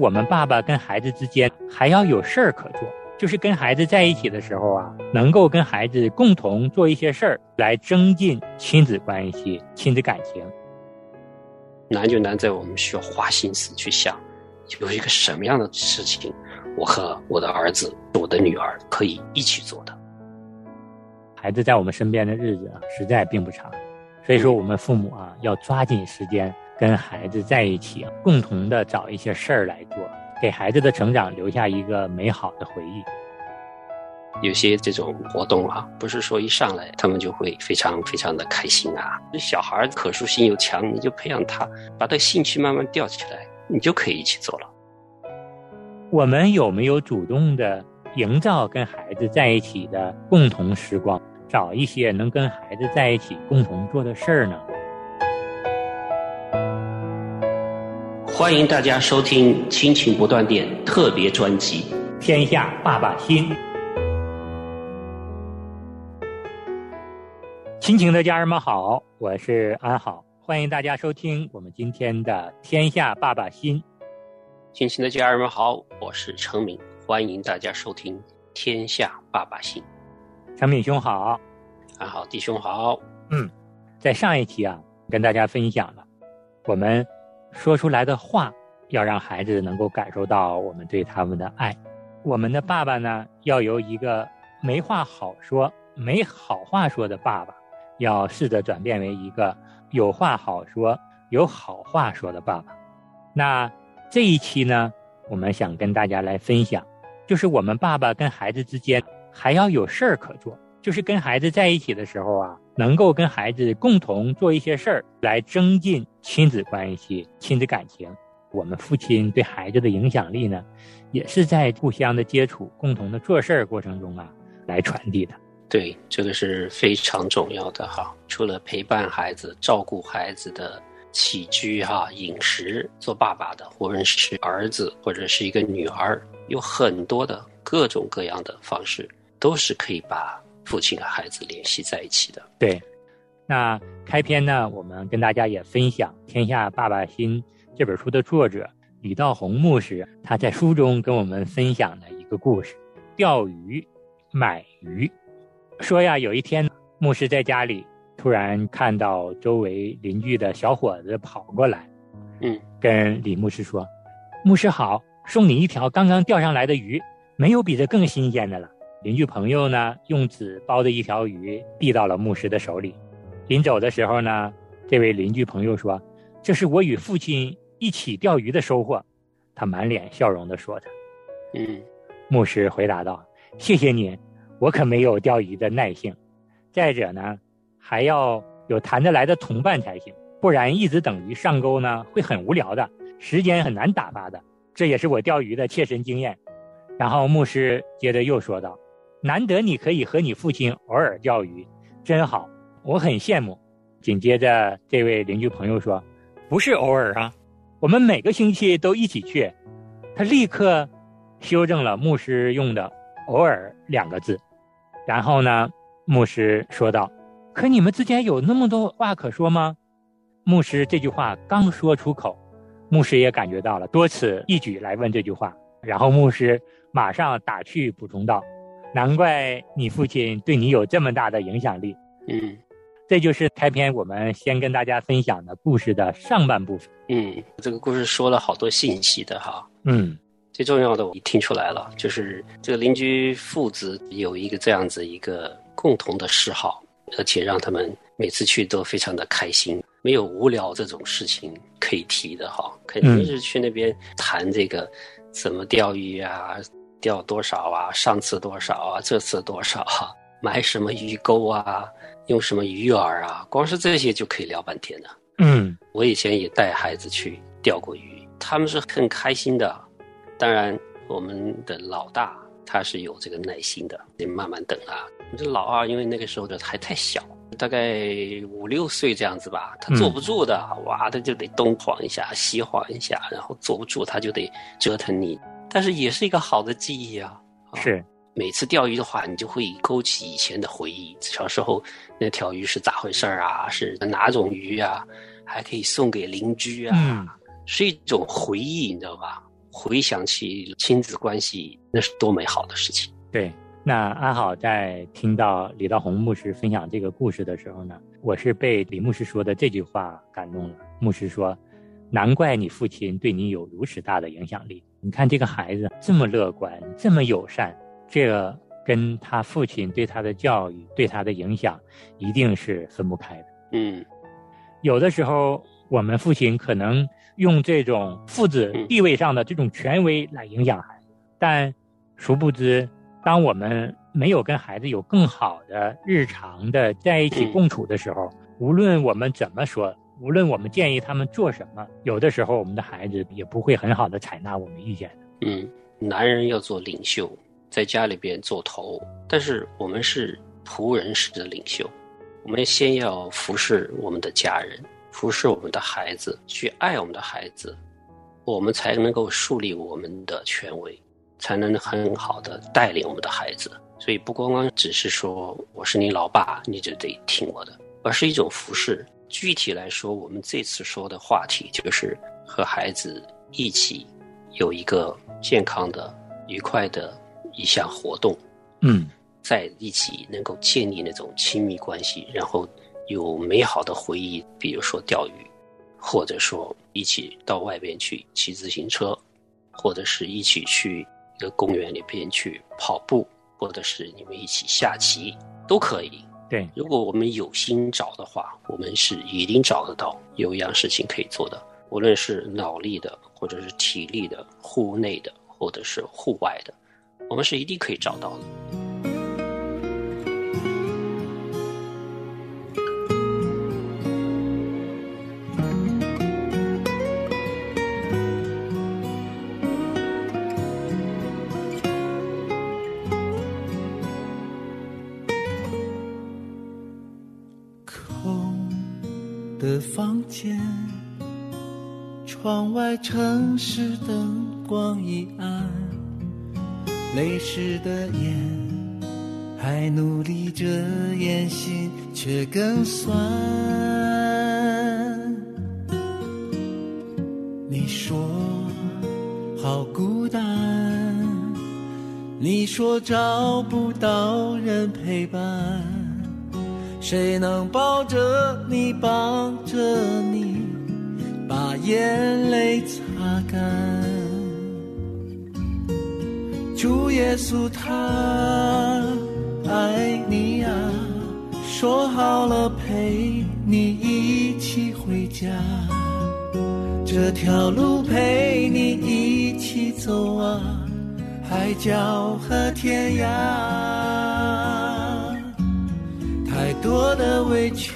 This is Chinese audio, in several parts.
我们爸爸跟孩子之间还要有事儿可做，就是跟孩子在一起的时候啊，能够跟孩子共同做一些事儿，来增进亲子关系、亲子感情。 难就难在我们需要花心思去想，有一个什么样的事情，我和我的儿子、我的女儿可以一起做的。 孩子在我们身边的日子啊，实在并不长，所以说我们父母啊，要抓紧时间跟孩子在一起，共同的找一些事儿来做，给孩子的成长留下一个美好的回忆。 有些这种活动啊，不是说一上来他们就会非常非常的开心啊。小孩可塑性又强，你就培养他，把他兴趣慢慢吊起来，你就可以一起做了。 我们有没有主动的营造跟孩子在一起的共同时光，找一些能跟孩子在一起共同做的事儿呢？ 欢迎大家收听亲情不断电特别专辑《 天下爸爸心》。亲情的家人们好，我是安好，欢迎大家收听我们今天的天下爸爸心。 亲情的家人们好，我是程敏，欢迎大家收听天下爸爸心。 程敏兄好。 安好弟兄好。 在上一期啊，跟大家分享了我们说出来的话要让孩子能够感受到我们对他们的爱。我们的爸爸呢，要由一个没话好说、没好话说的爸爸，要试着转变为一个有话好说、有好话说的爸爸。那这一期呢，我们想跟大家来分享，就是我们爸爸跟孩子之间还要有事儿可做，就是跟孩子在一起的时候啊，能够跟孩子共同做一些事儿，来增进亲子关系、亲子感情。我们父亲对孩子的影响力呢，也是在互相的接触、共同的做事儿过程中啊，来传递的。 对，这个是非常重要的哈。除了陪伴孩子、照顾孩子的起居哈、饮食，做爸爸的，无论是儿子或者是一个女儿，有很多的各种各样的方式，都是可以把父亲和孩子联系在一起的。 对，那开篇呢，我们跟大家也分享《天下爸爸心》这本书的作者李道宏牧师，他在书中跟我们分享的一个故事：钓鱼买鱼。说呀，有一天牧师在家里突然看到周围邻居的小伙子跑过来，跟李牧师说：牧师好，送你一条刚刚钓上来的鱼，没有比这更新鲜的了。邻居朋友呢，用纸包着一条鱼递到了牧师的手里。临走的时候呢，这位邻居朋友说：这是我与父亲一起钓鱼的收获。他满脸笑容地说着。牧师回答道：谢谢你，我可没有钓鱼的耐性。再者呢，还要有谈得来的同伴才行，不然一直等鱼上钩呢，会很无聊的，时间很难打发的。这也是我钓鱼的切身经验。然后牧师接着又说道：难得你可以和你父亲偶尔钓鱼，真好，我很羡慕。紧接着这位邻居朋友说：不是偶尔啊，我们每个星期都一起去。他立刻修正了牧师用的偶尔2个字。然后呢，牧师说道：可你们之间有那么多话可说吗？牧师这句话刚说出口，牧师也感觉到了，多此一举来问这句话。然后牧师马上打趣补充道：难怪你父亲对你有这么大的影响力。这就是开篇我们先跟大家分享的故事的上半部分。 这个故事说了好多信息的哈。最重要的我听出来了，就是这个邻居父子有一个这样子一个共同的嗜好，而且让他们每次去都非常的开心，没有无聊这种事情可以提的哈。肯定是去那边谈这个怎么钓鱼啊，钓多少啊，上次多少啊，这次多少啊，买什么鱼钩啊，用什么鱼饵啊，光是这些就可以聊半天的。我以前也带孩子去钓过鱼，他们是很开心的。当然我们的老大他是有这个耐心的，得慢慢等啊。这老二因为那个时候的还太小，大概5、6岁这样子吧，他坐不住的，哇，他就得东晃一下西晃一下，然后坐不住他就得折腾你。但是也是一个好的记忆啊。 是， 每次钓鱼的话，你就会勾起以前的回忆，小时候那条鱼是咋回事啊，是哪种鱼啊，还可以送给邻居啊，是一种回忆，你知道吧？ 回想起亲子关系，那是多美好的事情。 对，那安好在听到李道宏牧师分享这个故事的时候呢，我是被李牧师说的这句话感动了。牧师说，难怪你父亲对你有如此大的影响力。你看这个孩子这么乐观，这么友善，这跟他父亲对他的教育对他的影响一定是分不开的。有的时候我们父亲可能用这种父子地位上的这种权威来影响孩子，但殊不知当我们没有跟孩子有更好的日常的在一起共处的时候，无论我们怎么说，无论我们建议他们做什么，有的时候我们的孩子也不会很好的采纳我们意见的。 男人要做领袖，在家里边做头，但是我们是仆人式的领袖，我们先要服侍我们的家人，服侍我们的孩子，去爱我们的孩子，我们才能够树立我们的权威，才能很好的带领我们的孩子。所以不光光只是说我是你老爸你就得听我的，而是一种服侍。具体来说，我们这次说的话题就是和孩子一起有一个健康的愉快的一项活动，在一起能够建立那种亲密关系，然后有美好的回忆，比如说钓鱼，或者说一起到外边去骑自行车，或者是一起去一个公园里边去跑步，或者是你们一起下棋，都可以。 对， 如果我们有心找的话，我们是一定找得到有一样事情可以做的，无论是脑力的，或者是体力的，户内的，或者是户外的，我们是一定可以找到的。 的房间，窗外城市灯光一暗，泪湿的眼还努力着演戏，却更酸。你说好孤单，你说找不到人陪伴，谁能抱着你，帮着你，把眼泪擦干？主耶稣他爱你啊，说好了陪你一起回家，这条路陪你一起走啊，海角和天涯。太多的委屈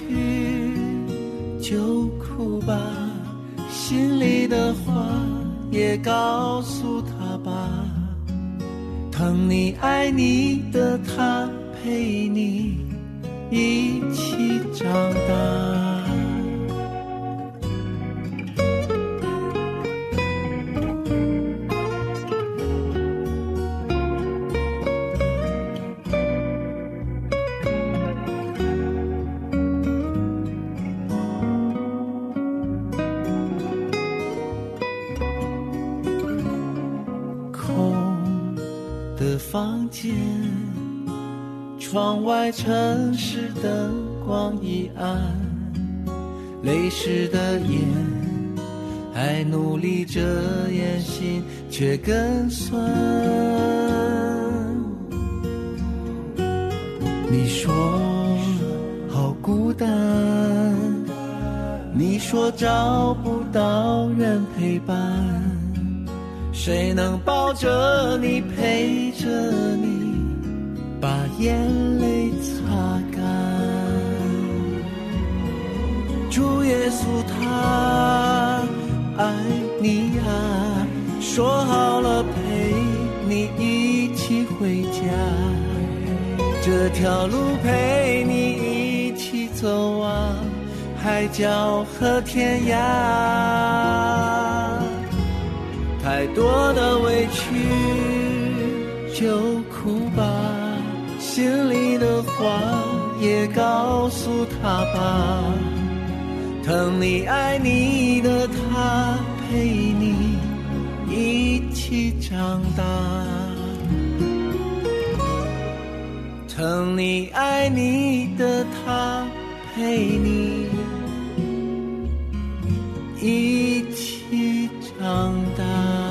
就哭吧，心里的话也告诉他吧，疼你爱你的他陪你一起长大。房间，窗外城市灯光一暗，泪湿的眼还努力着演戏，却更酸。你说好孤单，你说找不到人陪伴，谁能抱着你，陪着你，把眼泪擦干？主耶稣他爱你啊，说好了陪你一起回家，这条路陪你一起走啊，海角和天涯。太多的委屈就哭吧，心里的话也告诉他吧，疼你爱你的他陪你一起长大。疼你爱你的他陪你一起长大。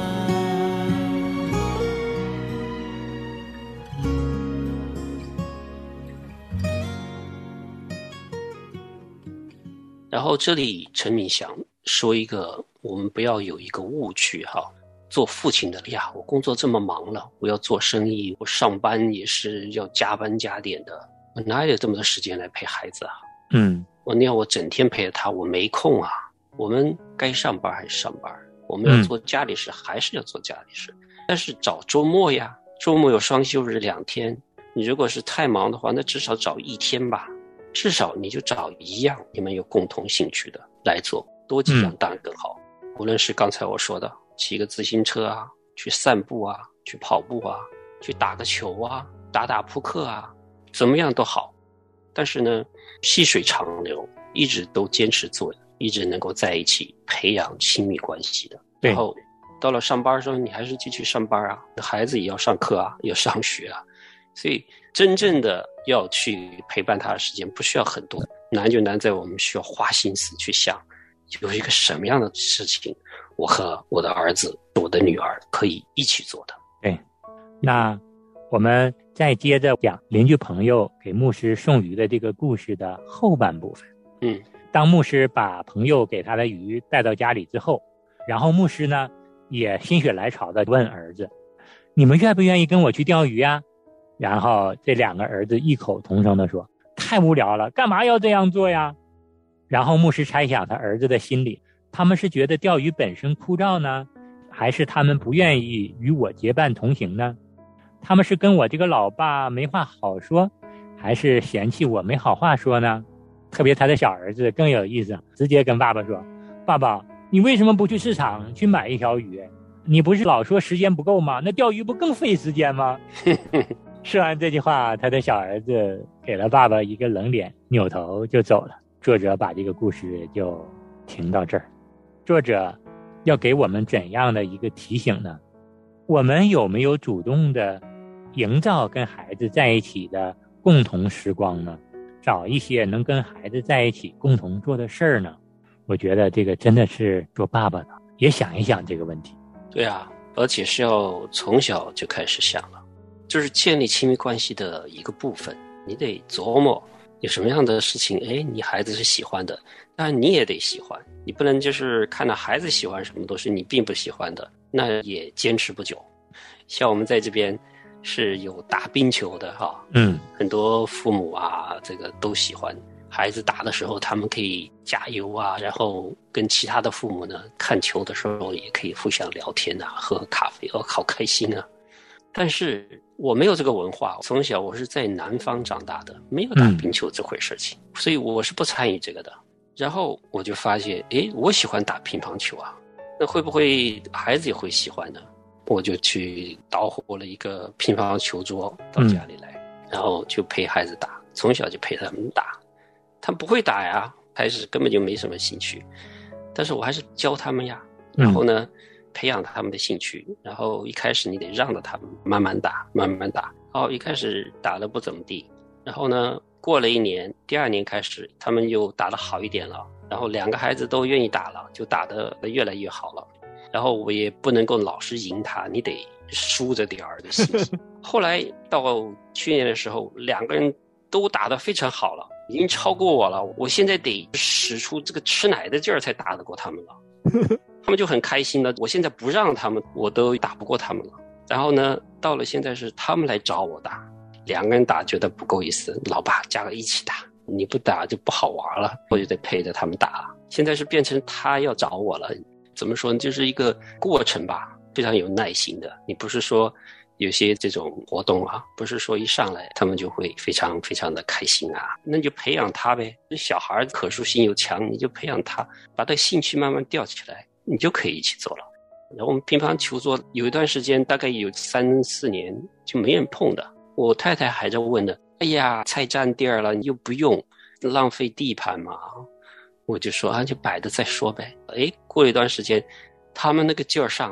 然后这里陈敏想说一个，我们不要有一个误区哈。做父亲的呀，我工作这么忙了，我要做生意，我上班也是要加班加点的，我哪有这么多时间来陪孩子啊？你要我整天陪着他，我没空啊。我们该上班还是上班，我们要做家里事还是要做家里事，但是找周末呀，周末有双休日2天，你如果是太忙的话，那至少找1天吧，至少你就找一样你们有共同兴趣的来做，多几样当然更好。无论是刚才我说的骑个自行车啊，去散步啊，去跑步啊，去打个球啊，打打扑克啊，怎么样都好。但是呢，细水长流，一直都坚持做，一直能够在一起培养亲密关系的。然后到了上班的时候，你还是继续上班啊，孩子也要上课啊，也要上学啊。所以真正的要去陪伴他的时间不需要很多，难就难在我们需要花心思去想，有一个什么样的事情我和我的儿子我的女儿可以一起做的。 对，那我们再接着讲邻居朋友给牧师送鱼的这个故事的后半部分。当牧师把朋友给他的鱼带到家里之后，然后牧师呢也心血来潮的问儿子，你们愿不愿意跟我去钓鱼啊？然后这2个儿子异口同声的说，太无聊了，干嘛要这样做呀？然后牧师猜想他儿子的心理，他们是觉得钓鱼本身枯燥呢，还是他们不愿意与我结伴同行呢？他们是跟我这个老爸没话好说，还是嫌弃我没好话说呢？特别他的小儿子更有意思，直接跟爸爸说，爸爸，你为什么不去市场去买一条鱼？你不是老说时间不够吗？那钓鱼不更费时间吗？说完这句话，他的小儿子给了爸爸一个冷脸，扭头就走了。作者把这个故事就停到这儿。作者要给我们怎样的一个提醒呢？我们有没有主动的营造跟孩子在一起的共同时光呢？找一些能跟孩子在一起共同做的事儿呢？我觉得这个真的是做爸爸的也想一想这个问题。 对啊，而且是要从小就开始想了，就是建立亲密关系的一个部分。你得琢磨有什么样的事情，你孩子是喜欢的，但你也得喜欢。你不能就是看到孩子喜欢什么都是你并不喜欢的，那也坚持不久。像我们在这边是有打冰球的哈，很多父母啊，这个都喜欢孩子打的时候，他们可以加油啊，然后跟其他的父母呢看球的时候也可以互相聊天啊，喝咖啡，好开心啊。但是我没有这个文化，从小我是在南方长大的，没有打冰球这回事情，所以我是不参与这个的。然后我就发现，我喜欢打乒乓球啊，那会不会孩子也会喜欢呢？我就去捣鼓了一个乒乓球桌到家里来，然后就陪孩子打，从小就陪他们打。他们不会打呀，开始根本就没什么兴趣，但是我还是教他们呀，然后呢培养他们的兴趣，然后一开始你得让着他们慢慢打慢慢打，一开始打得不怎么地，然后呢过了1年，第2年开始他们又打得好一点了，然后2个孩子都愿意打了，就打得越来越好了。然后我也不能够老是赢他，你得输着点儿的心情。后来到去年的时候，2个人都打得非常好了，已经超过我了，我现在得使出这个吃奶的劲儿才打得过他们了。他们就很开心了，我现在不让他们我都打不过他们了。然后呢到了现在是他们来找我打，2个人打觉得不够意思，老爸加个一起打，你不打就不好玩了，我就得陪着他们打。现在是变成他要找我了，怎么说呢，就是一个过程吧，非常有耐心的。你不是说有些这种活动啊，不是说一上来他们就会非常非常的开心啊，那你就培养他呗。小孩可塑性又强，你就培养他，把他兴趣慢慢吊起来，你就可以一起做了。然后我们乒乓球桌有一段时间大概有3-4年就没人碰的，我太太还在问呢，哎呀菜占地儿了，你又不用，浪费地盘嘛。我就说就摆着再说呗。过了一段时间他们那个劲儿上来了，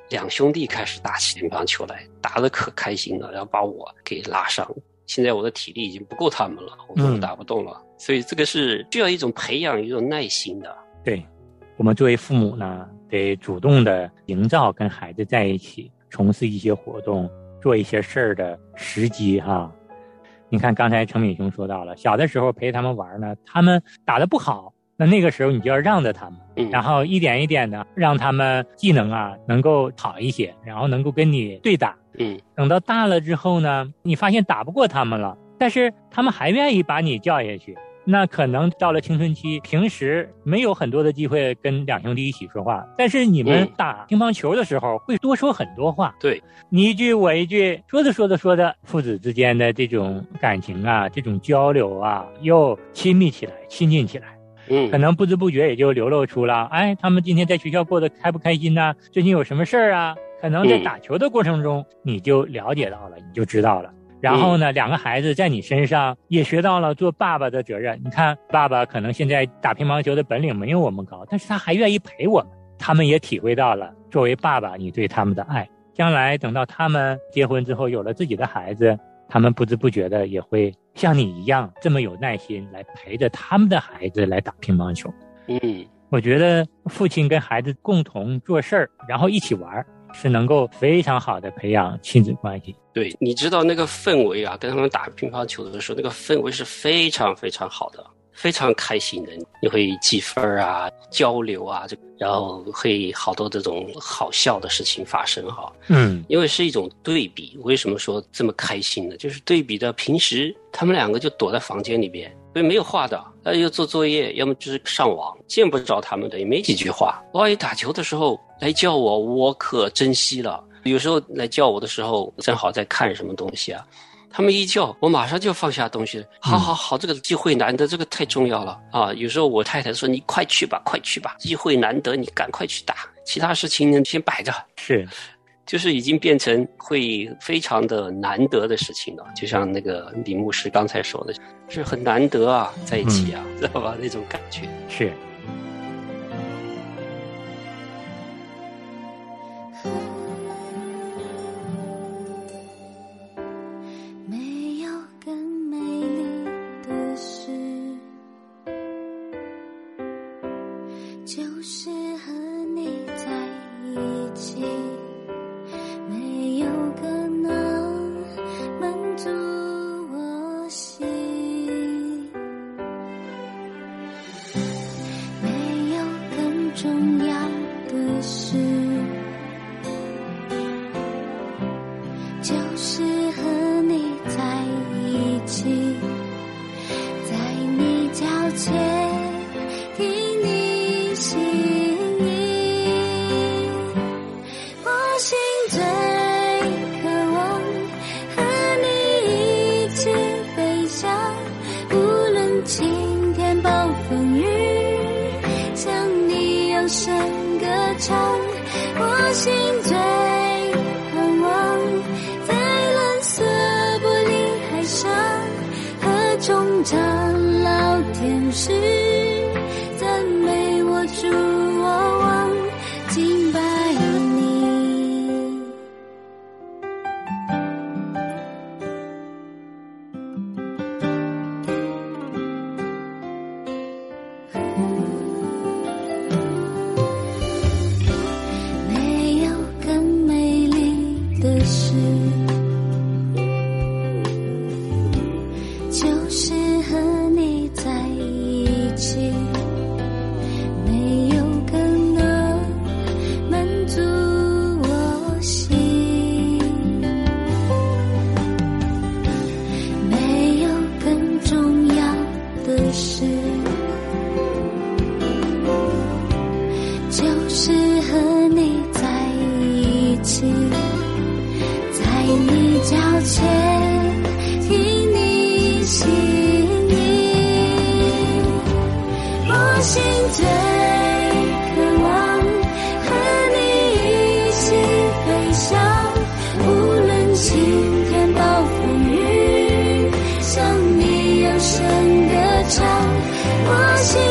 两兄弟开始打起乒乓球来，打得可开心了，然后把我给拉伤。现在我的体力已经不够他们了，我根本打不动了。所以这个是需要一种培养一种耐心的。 对，我们作为父母呢，得主动的营造跟孩子在一起从事一些活动做一些事儿的时机哈。你看刚才程敏兄说到了，小的时候陪他们玩呢，他们打得不好，那个时候你就要让着他们，然后一点一点的让他们技能啊能够好一些，然后能够跟你对打。等到大了之后呢，你发现打不过他们了，但是他们还愿意把你叫下去，那可能到了青春期，平时没有很多的机会跟两兄弟一起说话，但是你们打乒乓球的时候会多说很多话。 对， 你一句我一句，说着，父子之间的这种感情啊，这种交流啊，又亲密起来，亲近起来。可能不知不觉也就流露出了，哎，他们今天在学校过得开不开心啊？最近有什么事儿啊？可能在打球的过程中，你就了解到了，你就知道了。然后呢，两个孩子在你身上也学到了做爸爸的责任。你看，爸爸可能现在打乒乓球的本领没有我们高，但是他还愿意陪我们。他们也体会到了作为爸爸你对他们的爱。将来等到他们结婚之后，有了自己的孩子，他们不知不觉的也会像你一样这么有耐心来陪着他们的孩子来打乒乓球。我觉得父亲跟孩子共同做事儿，然后一起玩，是能够非常好的培养亲子关系。 对，你知道那个氛围啊，跟他们打乒乓球的时候，那个氛围是非常非常好的，非常开心的。你会记分啊，交流啊，然后会好多这种好笑的事情发生哈。因为是一种对比。为什么说这么开心呢？就是对比的平时他们两个就躲在房间里边，所以没有话的，要做作业，要么就是上网，见不着他们的，也没几句话。万一打球的时候来叫我，我可珍惜了。有时候来叫我的时候，正好在看什么东西啊，他们一叫我马上就放下东西了。好，这个机会难得，这个太重要了啊！有时候我太太说你快去吧，机会难得，你赶快去打，其他事情呢先摆着。 是， 就是已经变成会非常的难得的事情了。就像那个李牧师刚才说的，是很难得啊，在一起啊，知道吧？那种感觉是。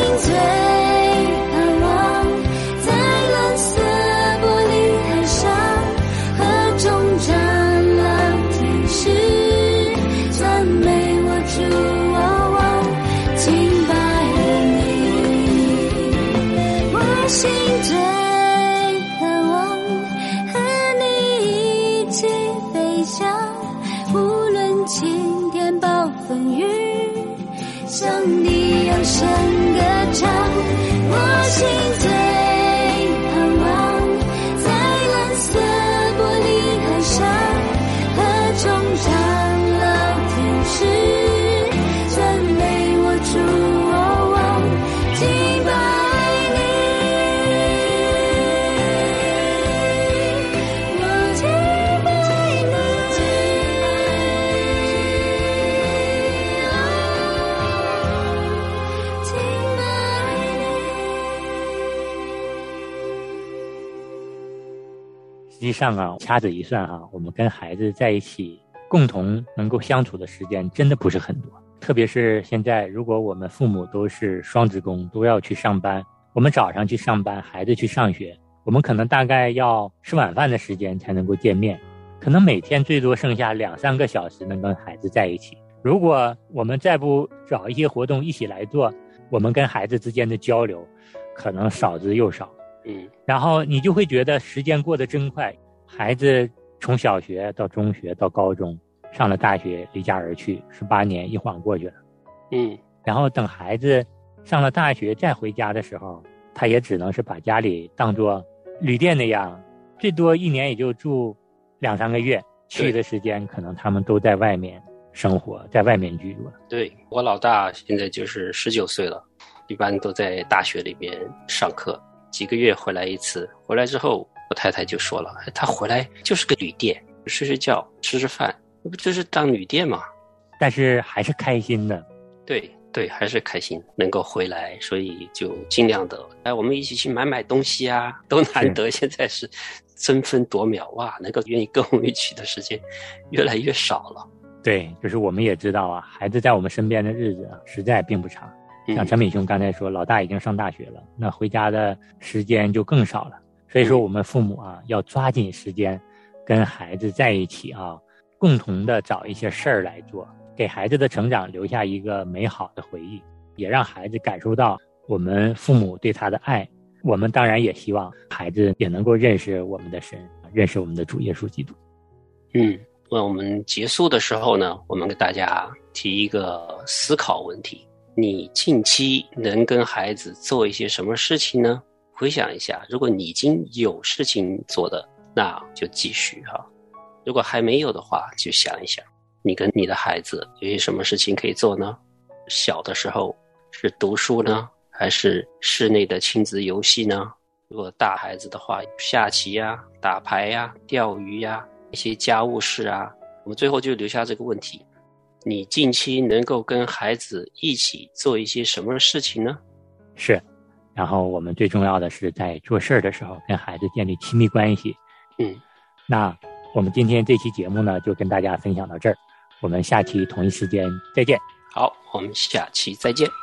心最盼望，在蓝色玻璃海上。 向你扬声歌唱，我心最盼望，在蓝色玻璃海上，河中长老天使赞美我主，敬拜实际上啊，掐指一算啊，我们跟孩子在一起共同能够相处的时间真的不是很多。特别是现在，如果我们父母都是双职工，都要去上班，我们早上去上班，孩子去上学，我们可能大概要吃晚饭的时间才能够见面，可能每天最多剩下2-3个小时能跟孩子在一起。如果我们再不找一些活动一起来做，我们跟孩子之间的交流可能少之又少。然后你就会觉得时间过得真快，孩子从小学到中学到高中，上了大学离家而去，18年一晃过去了。然后等孩子上了大学再回家的时候，他也只能是把家里当作旅店那样，最多1年也就住2-3个月，其余的时间可能他们都在外面生活，在外面居住了。 对，我老大现在就是19岁了，一般都在大学里面上课，几个月回来一次。回来之后我太太就说了，他回来就是个旅店，睡睡觉吃吃饭，不就是当旅店吗？ 但是还是开心的。 对，还是开心能够回来，所以就尽量的我们一起去买东西啊，都难得。现在是争分夺秒，哇，能够愿意跟我们一起的时间越来越少了。 对，就是我们也知道啊，孩子在我们身边的日子实在并不长。像陈敏兄刚才说，老大已经上大学了，那回家的时间就更少了。所以说我们父母啊，要抓紧时间跟孩子在一起啊，共同的找一些事儿来做，给孩子的成长留下一个美好的回忆，也让孩子感受到我们父母对他的爱。我们当然也希望孩子也能够认识我们的神，认识我们的主耶稣基督。 那我们结束的时候呢，我们给大家提一个思考问题：你近期能跟孩子做一些什么事情呢？回想一下，如果你已经有事情做的，那就继续哈。如果还没有的话，就想一想，你跟你的孩子有些什么事情可以做呢？小的时候是读书呢，还是室内的亲子游戏呢？如果大孩子的话，下棋啊、打牌啊、钓鱼啊，一些家务事啊。我们最后就留下这个问题：你近期能够跟孩子一起做一些什么事情呢？ 是，然后我们最重要的是在做事的时候跟孩子建立亲密关系。那我们今天这期节目呢，就跟大家分享到这儿，我们下期同一时间再见。 好，我们下期再见。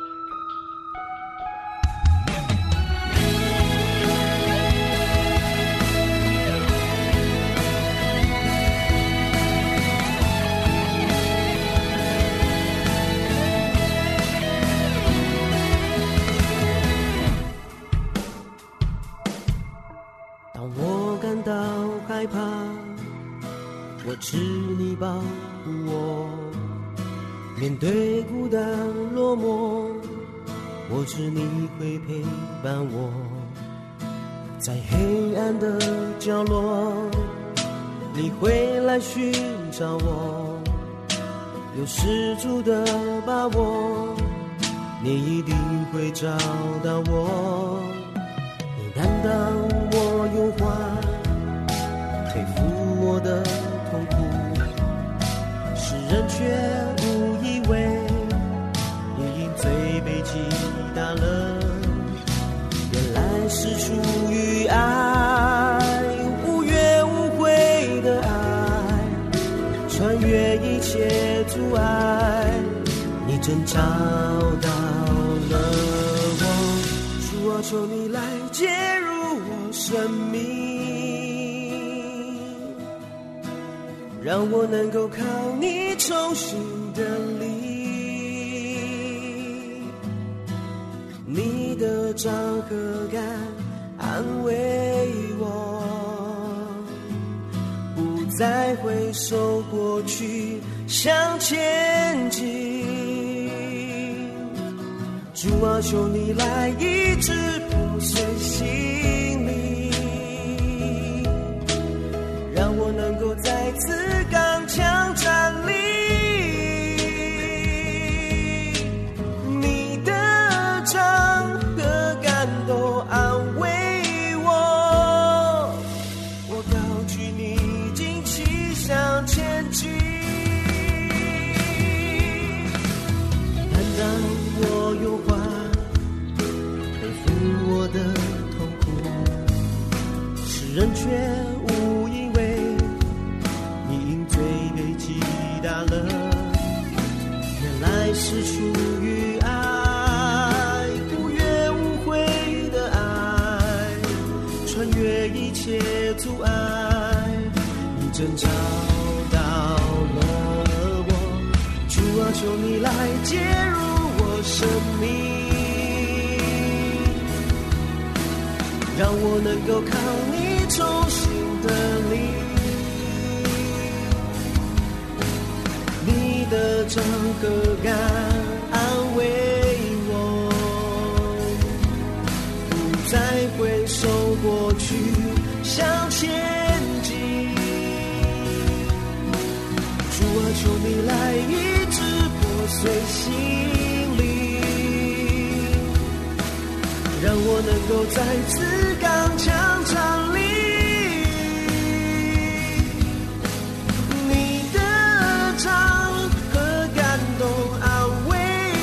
害怕，我知你保护我，面对孤单落寞，我知你会陪伴我，在黑暗的角落，你会来寻找我，有十足的把握，你一定会找到我，你担当我忧患，背负我的痛苦，世人却误以为你因罪被击打了，原来是出于爱，无怨无悔的爱，穿越一切阻碍，你真找到了我，主啊，求你来介入我生命，让我能够靠你重新的力，你的掌和感安慰我，不再回首过去，向前进。 主啊，求你来医治破碎心灵，让我能够再次刚强站立。你的杖和感动安慰我，我高举你旌旗向前进。担当我有话背负我的痛苦，世人却无因为你因罪被击打了，原来是出于爱，不越无悔的爱，穿越一切阻碍，你真找到了我。主啊，求你来介入我生命，让我能够靠你重新的力。你的杖和竿安慰我，不再回首过去，向前进。主啊，求你来医治破碎心灵，让我能够再次刚强站立。你的杖和感动安慰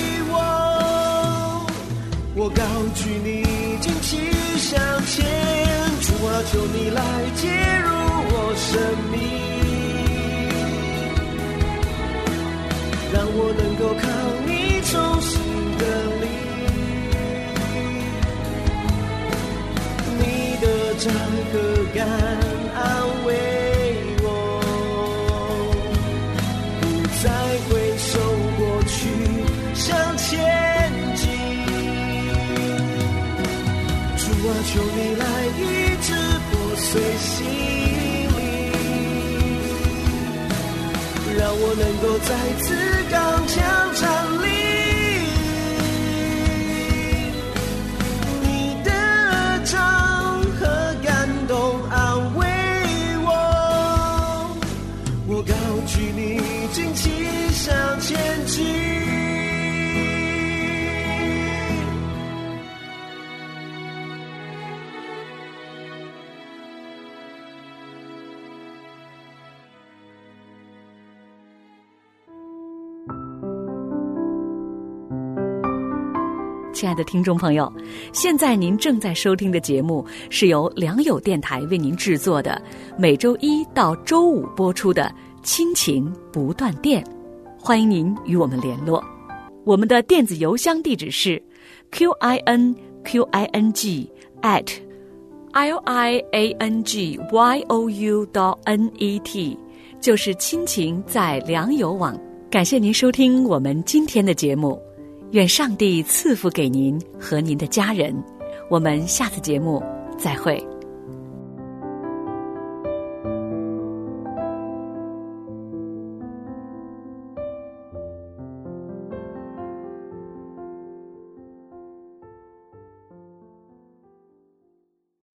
我，我高举你旌旗向前。主啊，求你来介入我生命，让我能够靠你重新的力。你的杖和竿安慰我，不再回首过去，向前进。主啊，求你来医治破碎心灵，让我能够再次刚强站立。你的杖和感动安慰我，我高举你旌旗向前进。 亲爱的听众朋友，现在您正在收听的节目是由良友电台为您制作的，每周一到周五播出的亲情不断电，欢迎您与我们联络。我们的电子邮箱地址是 QINQING@liangyou.net， 就是亲情在良友网。感谢您收听我们今天的节目，愿上帝赐福给您和您的家人。我们下次节目再会。